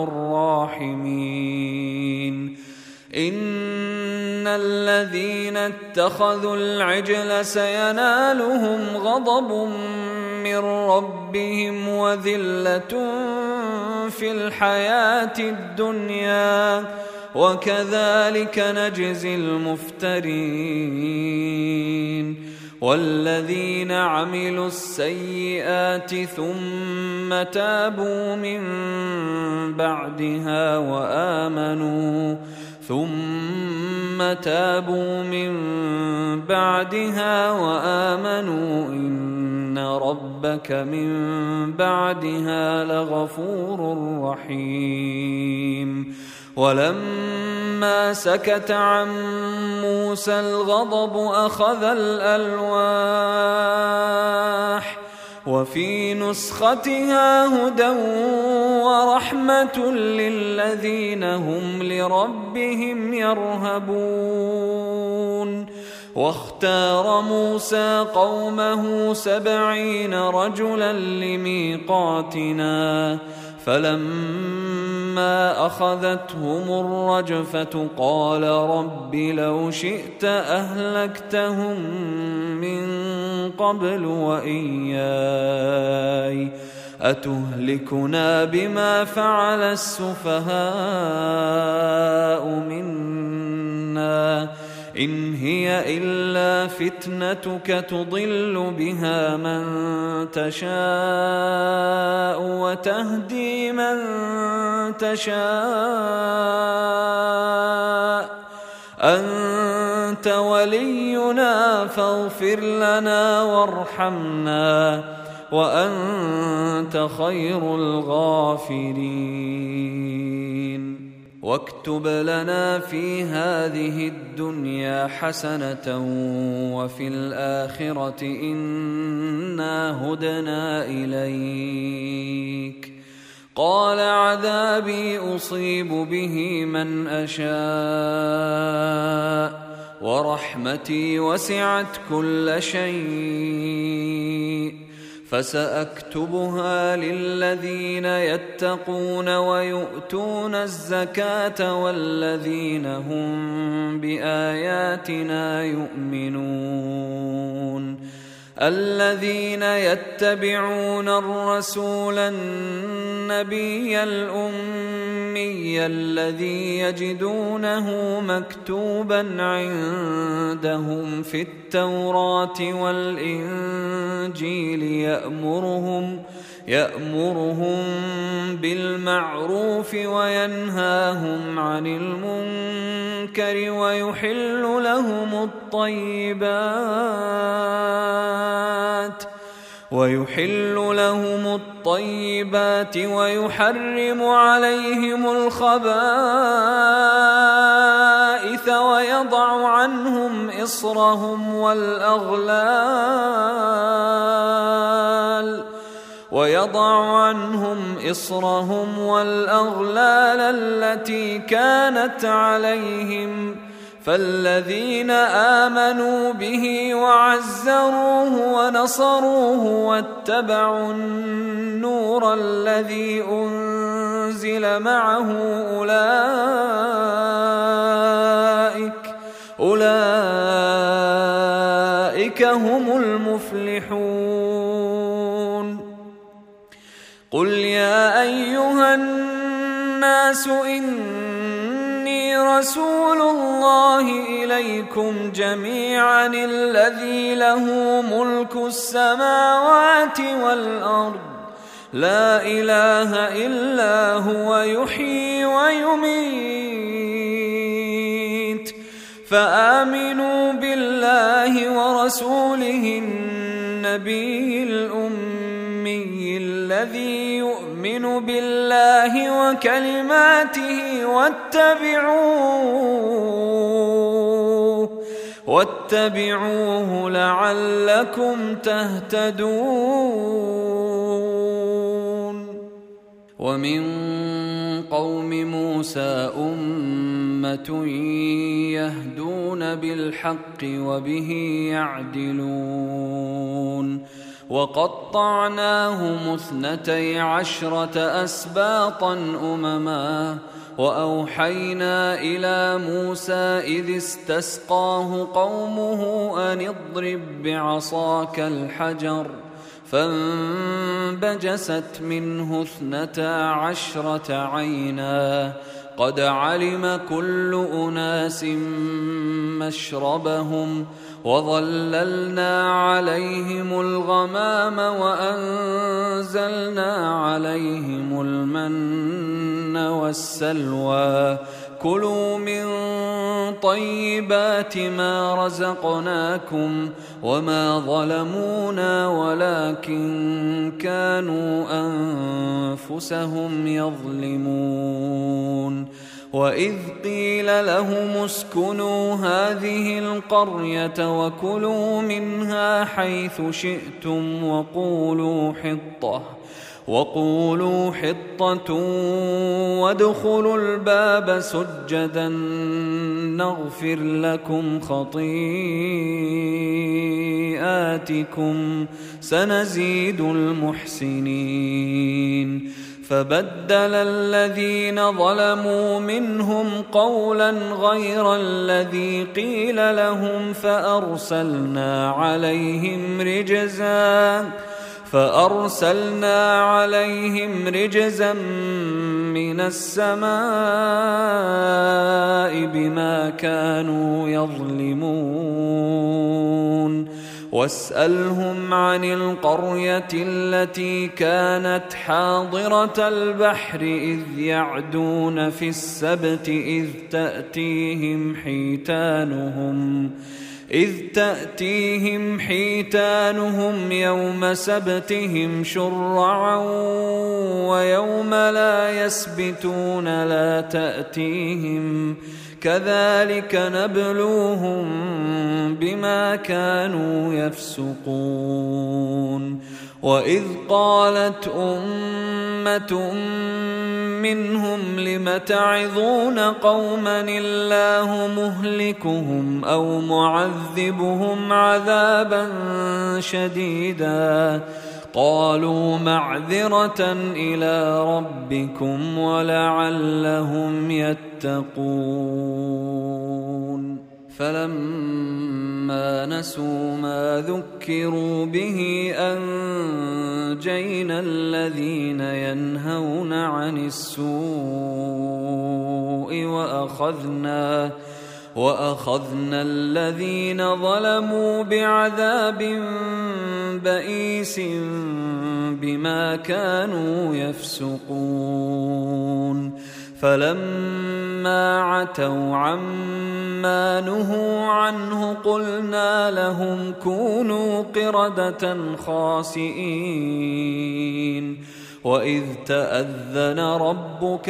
الراحمين. إن الذين اتخذوا العجل سينالهم غضب من ربهم وذلة في الحياة الدنيا وكذلك نجزي المفترين. والذين عملوا السيئات ثم تابوا من بعدها وآمنوا إن ربك من بعدها لغفور رحيم. ولما سكت عن موسى الغضب أخذ الألواح وفي نسختها هدى ورحمة للذين هم لربهم يرهبون. واختار موسى قومه 70 رجلا لميقاتنا فلما أخذتهم الرجفة قال رب لو شئت أهلكتهم من قبل وإياي أتهلكنا بما فعل السفهاء منا إن هي إلا فتنتك تضل بها من تشاء وتهدي من تشاء أنت ولينا فاغفر لنا وارحمنا وأنت خير الغافرين. واكتب لنا في هذه الدنيا حسنة وفي الآخرة إنا هدنا إليك. قال عذابي أصيب به من أشاء ورحمتي وسعت كل شيء فسأكتبها للذين يتقون ويؤتون الزكاة والذين هم بآياتنا يؤمنون. الذين يتبعون الرسول النبي الأمي الذي يجدونه مكتوبا عندهم في التوراة والإنجيل يأمرهم بالمعروف وينهاهم عن المنكر ويحل لهم الطيبات ويحرم عليهم الخبائث ويضع عنهم إصرهم والأغلال التي كانت عليهم. فالذين آمنوا به وعزروه ونصروه واتبعوا النور الذي أنزل معه أولئك هم المفلحون. قل يا أيها الناس إني رسول الله إليكم جميعا الذي له ملك السماوات والأرض لا إله إلا هو يحيي ويميت فآمنوا بالله ورسوله النبي الأمي الذي يؤمن بالله وكلماته واتبعوه لعلكم تهتدون. ومن قوم موسى أمة يهدون بالحق وبه يعدلون. وقطعناهم 12 أسباطا أمما وأوحينا إلى موسى إذ استسقاه قومه أن اضرب بعصاك الحجر فانبجست منه 12 عينا قد علم كل أناس مشربهم وظللنا عليهم الغمام وأنزلنا عليهم المن والسلوى كلوا من طيبات ما رزقناكم وما ظلمونا ولكن كانوا أنفسهم يظلمون. وإذ قيل لهم اسكنوا هذه القرية وكلوا منها حيث شئتم وقولوا حطة وادخلوا الباب سجدا نغفر لكم خطيئاتكم سنزيد المحسنين. فبدل الذين ظلموا منهم قولا غير الذي قيل لهم فأرسلنا عليهم رجزا من السماء بما كانوا يظلمون. واسألهم عن القرية التي كانت حاضرة البحر إذ يعدون في السبت إذ تأتيهم حيتانهم يوم سبتهم شرعا ويوم لا يسبتون لا تأتيهم كذلك نبلوهم بما كانوا يفسقون. وإذ قالت أمة منهم لم تعظون قوما الله مهلكهم أو معذبهم عذابا شديدا قالوا معذرة إلى ربكم ولعلهم يتقون. فلما نسوا ما ذكروا به أنجينا الذين ينهون عن السوء وأخذنا الذين ظلموا بعذاب بئيس بما كانوا يفسقون. فلما عتوا عما نهوا عنه قلنا لهم كونوا قردة خاسئين. وإذ تأذن ربك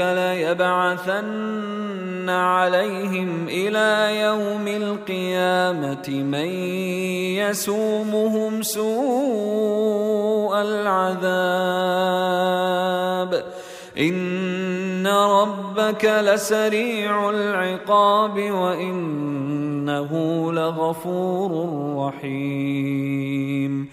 ليبعثن عليهم إلى يوم القيامة من يسومهم سوء العذاب إن ربك لسريع العقاب وإنه لغفور رحيم.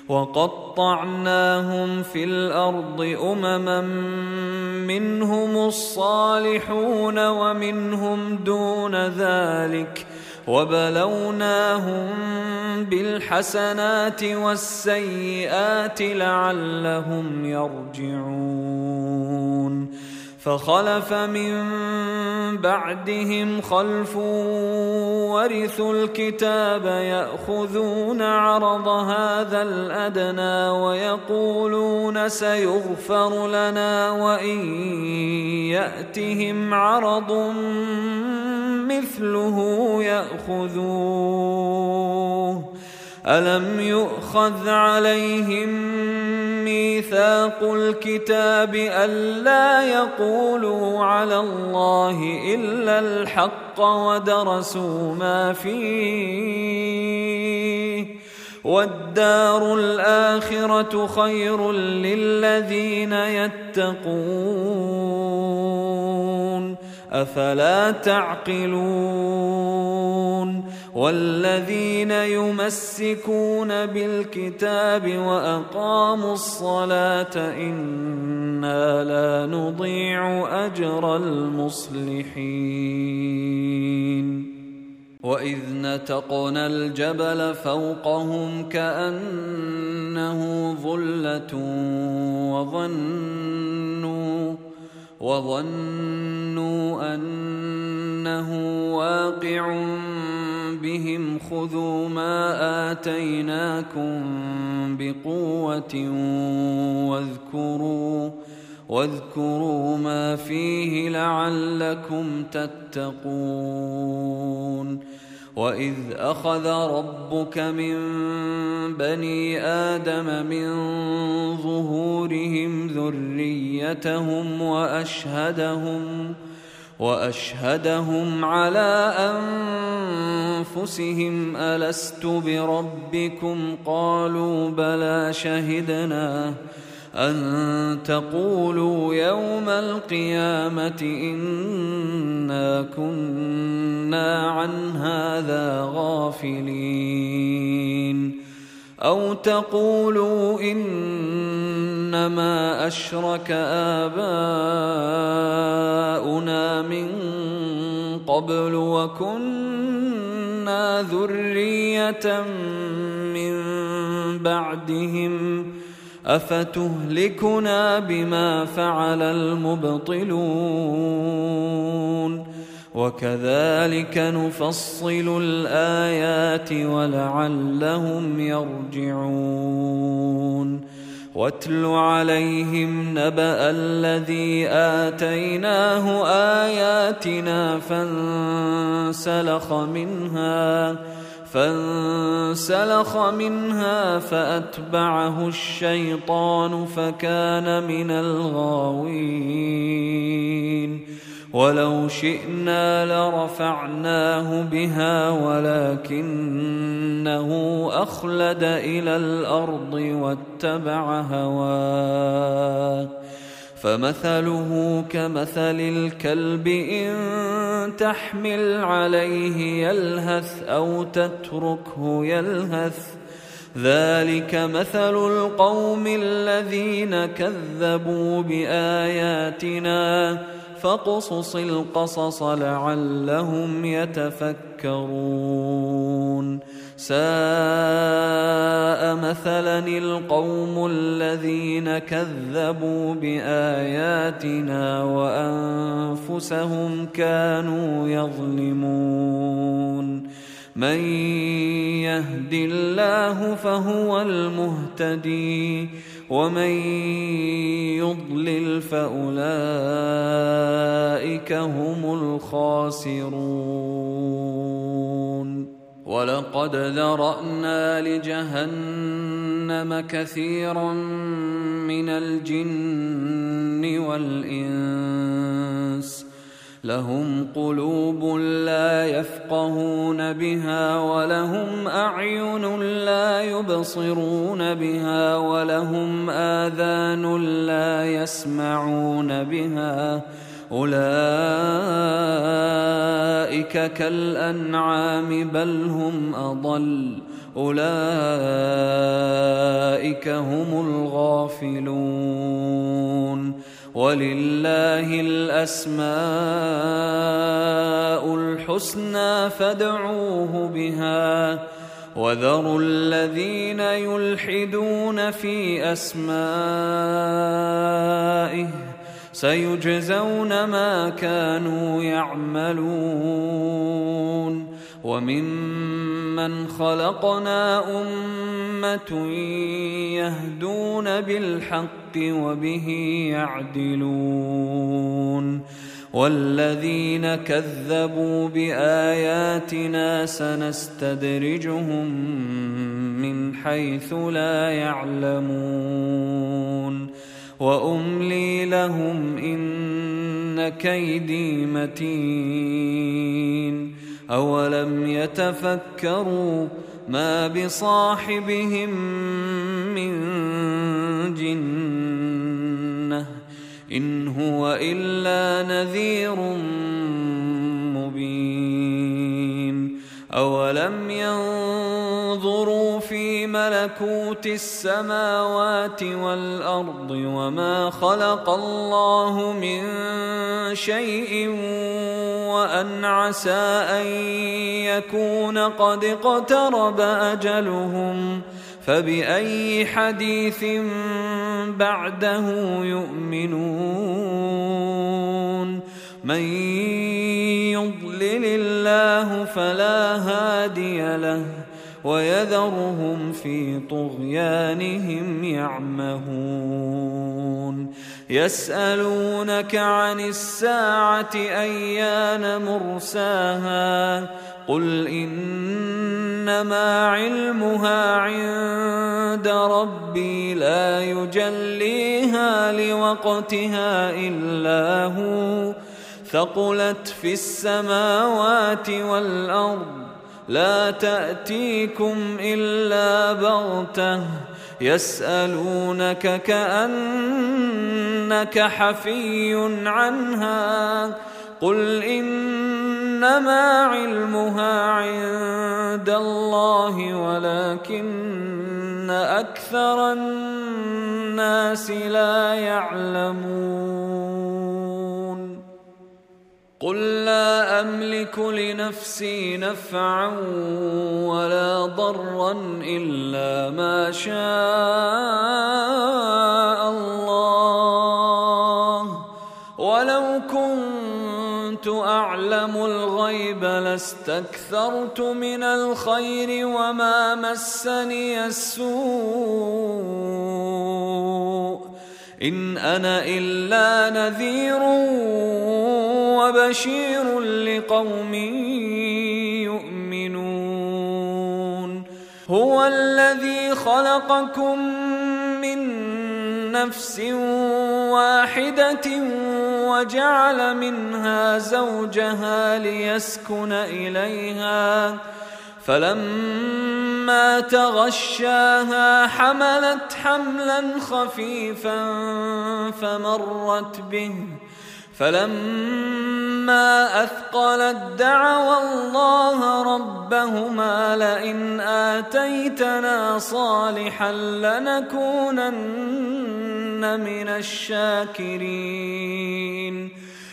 وقطعناهم في الأرض أمما منهم الصالحون ومنهم دون ذلك وبلوناهم بالحسنات والسيئات لعلهم يرجعون. فخلف من بعدهم خلف ورثوا الكتاب يأخذون عرض هذا الأدنى ويقولون سيغفر لنا وإن يأتهم عرض مثله يأخذوه. ألم يؤخذ عليهم ميثاق الكتاب ألا يقولوا على الله إلا الحق ودرسوا ما فيه والدار الآخرة خير للذين يتقون أفلا تعقلون. والذين يمسكون بالكتاب وأقاموا الصلاة إنا لا نضيع أجر المصلحين. وإذ نتقنا الجبل فوقهم كأنه ظلة وظنوا أنه واقع بهم خذوا ما آتيناكم بقوة واذكروا ما فيه لعلكم تتقون. وإذ أخذ ربك من بني آدم من ظهورهم ذريتهم وأشهدهم على أنفسهم ألست بربكم قالوا بلى شهدنا أن تقولوا يوم القيامة إنا كنا عن هذا غافلين أو تقولوا إنما أشرك آباؤنا من قبل وكنا ذرية من بعدهم أفتهلكنا بما فعل المبطلون وكذلك نفصل الآيات ولعلهم يرجعون واتل عليهم نبأ الذي آتيناه آياتنا فانسلخ منها فأتبعه الشيطان فكان من الغاوين ولو شئنا لرفعناه بها ولكنه أخلد إلى الأرض واتبع هواه فمثله كمثل الكلب إن تحمل عليه يلهث أو تتركه يلهث ذلك مثل القوم الذين كذبوا بآياتنا فاقصص القصص لعلهم يتفكرون ساء مثلا القوم الذين كذبوا بآياتنا وأنفسهم كانوا يظلمون من يهد الله فهو المهتدي ومن يضلل فأولئك هم الخاسرون ولقد ذرأنا لجهنم كثيرا من الجن والإنس لهم قلوب لا يفقهون بها ولهم أعين لا يبصرون بها ولهم آذان لا يسمعون بها أولئك كالأنعام بل هم أضل أولئك هم الغافلون ولله الأسماء الحسنى فادعوه بها وذروا الذين يلحدون في أسمائه سيجزون ما كانوا يعملون وممن خلقنا أمة يهدون بالحق وبه يعدلون والذين كذبوا بآياتنا سنستدرجهم من حيث لا يعلمون وأملي لهم إن كيدي متين أولم يتفكروا ما بصاحبهم من جنة إن هو إلا نذير مبين أولم ينظروا في ملكوت السماوات والأرض وما خلق الله من شيء وأن عسى أن يكون قد اقترب أجلهم فبأي حديث بعده يؤمنون من يضلل الله فلا هادي له ويذرهم في طغيانهم يعمهون يسألونك عن الساعة أيان مرساها قل إنما علمها عند ربي لا يجليها لوقتها إلا هو ثقلت في السماوات والأرض لا تأتيكم إلا بغتة يسألونك كأنك حفي عنها قل إنما علمها عند الله ولكن أكثر الناس لا يعلمون قل لا أملك لنفسي نفعا ولا ضرا إلا ما شاء الله ولو كنت أعلم الغيب لاستكثرت من الخير وما مسني السوء إن أنا إلا نذير وبشير لقوم يؤمنون هو الذي خلقكم من نفس واحدة وجعل منها زوجها ليسكن إليها فلما تغشاها حملت حملا خفيفا فمرت به فلما أثقلت دعوا الله ربهما لئن آتيتنا صالحا لنكونن من الشاكرين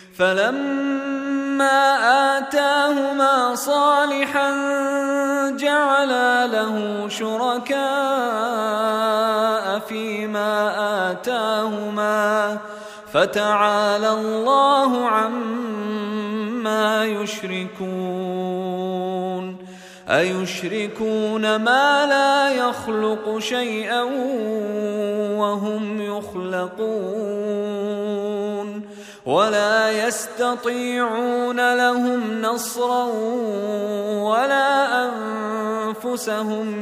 فلما آتاهما صالحا جعلا له شركاء فيما آتاهما فتعالى الله عما يشركون أيشركون ما لا يخلق شيئا وهم يخلقون ولا يستطيعون لهم نصرا ولا أنفسهم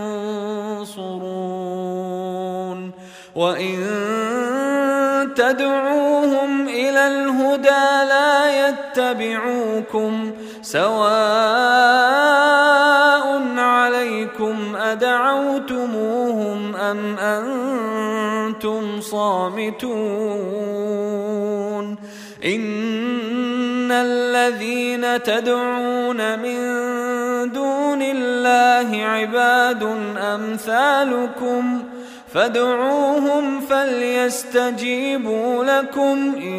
ينصرون وإن تدعوهم إلى الهدى لا يتبعوكم سواء عليكم أدعوتموهم أم أنتم صامتون إن الذين تدعون من دون الله عباد أمثالكم فادعوهم فليستجيبوا لكم إن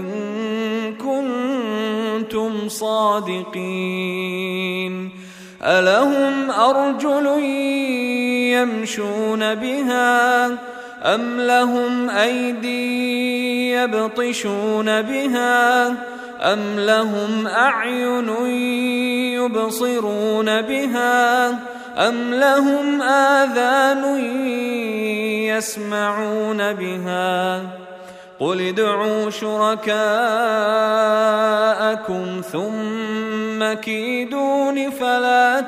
كنتم صادقين ألهم أرجل يمشون بها أم لهم أيدي يبطشون بها أم لهم أعين يبصرون بها أم لهم آذان يسمعون بها قل ادعوا شركاءكم ثم كيدون فلا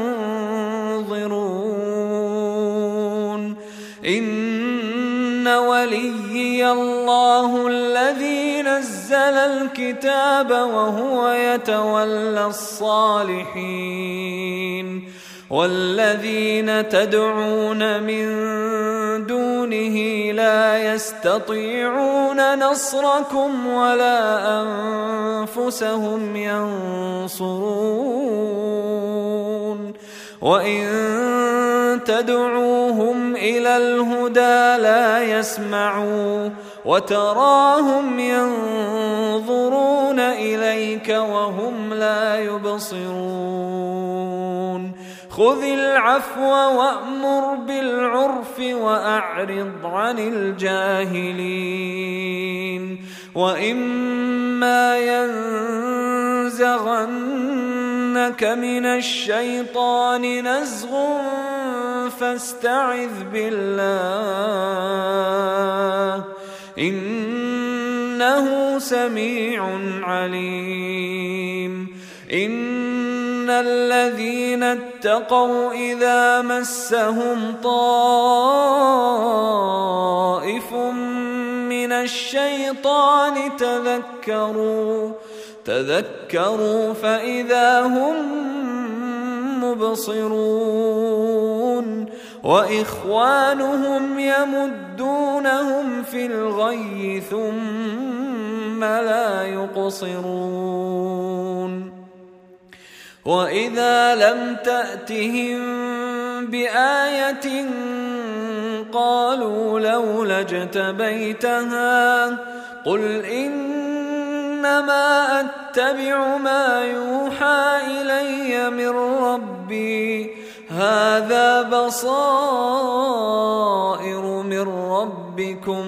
تنظرون إن وليي الله الذي نزل الكتاب وهو يتولى الصالحين والذين تدعون من دونه لا يستطيعون نصركم ولا أنفسهم ينصرون وإن تدعوهم إلى الهدى لا يسمعوا وتراهم ينظرون إليك وهم لا يبصرون خذ العفو وأمر بالعرف وأعرض عن الجاهلين وإما ينزغنك من الشيطان نزغ فاستعذ بالله إنه سميع عليم إن الذين اتقوا إذا مسهم طائف من الشيطان تذكروا فإذا هم مبصرون وإخوانهم يمدونهم في الغي ثم لا يقصرون وإذا لم تأتهم بآية قالوا لولا اجتبيتها قل إنما أتبع ما يوحى إلي من ربي هذا بصائر من ربكم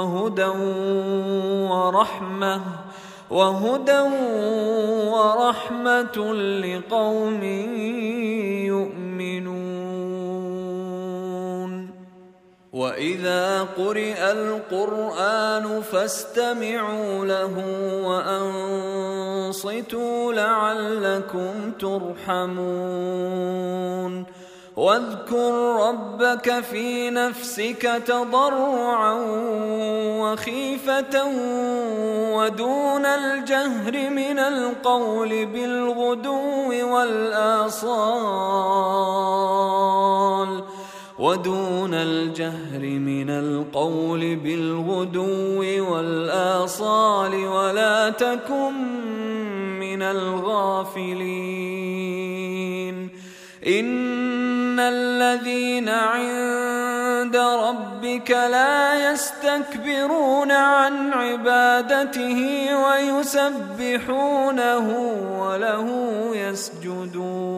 وهدى ورحمة لقوم يؤمنون وإذا قرئ القرآن فاستمعوا له وأنصتوا لعلكم ترحمون واذكر ربك في نفسك تضرعا وخيفة ودون الجهر من القول بالغدو والآصال ولا تكن من الغافلين إن الذين عند ربك لا يستكبرون عن عبادته ويسبحونه وله يسجدون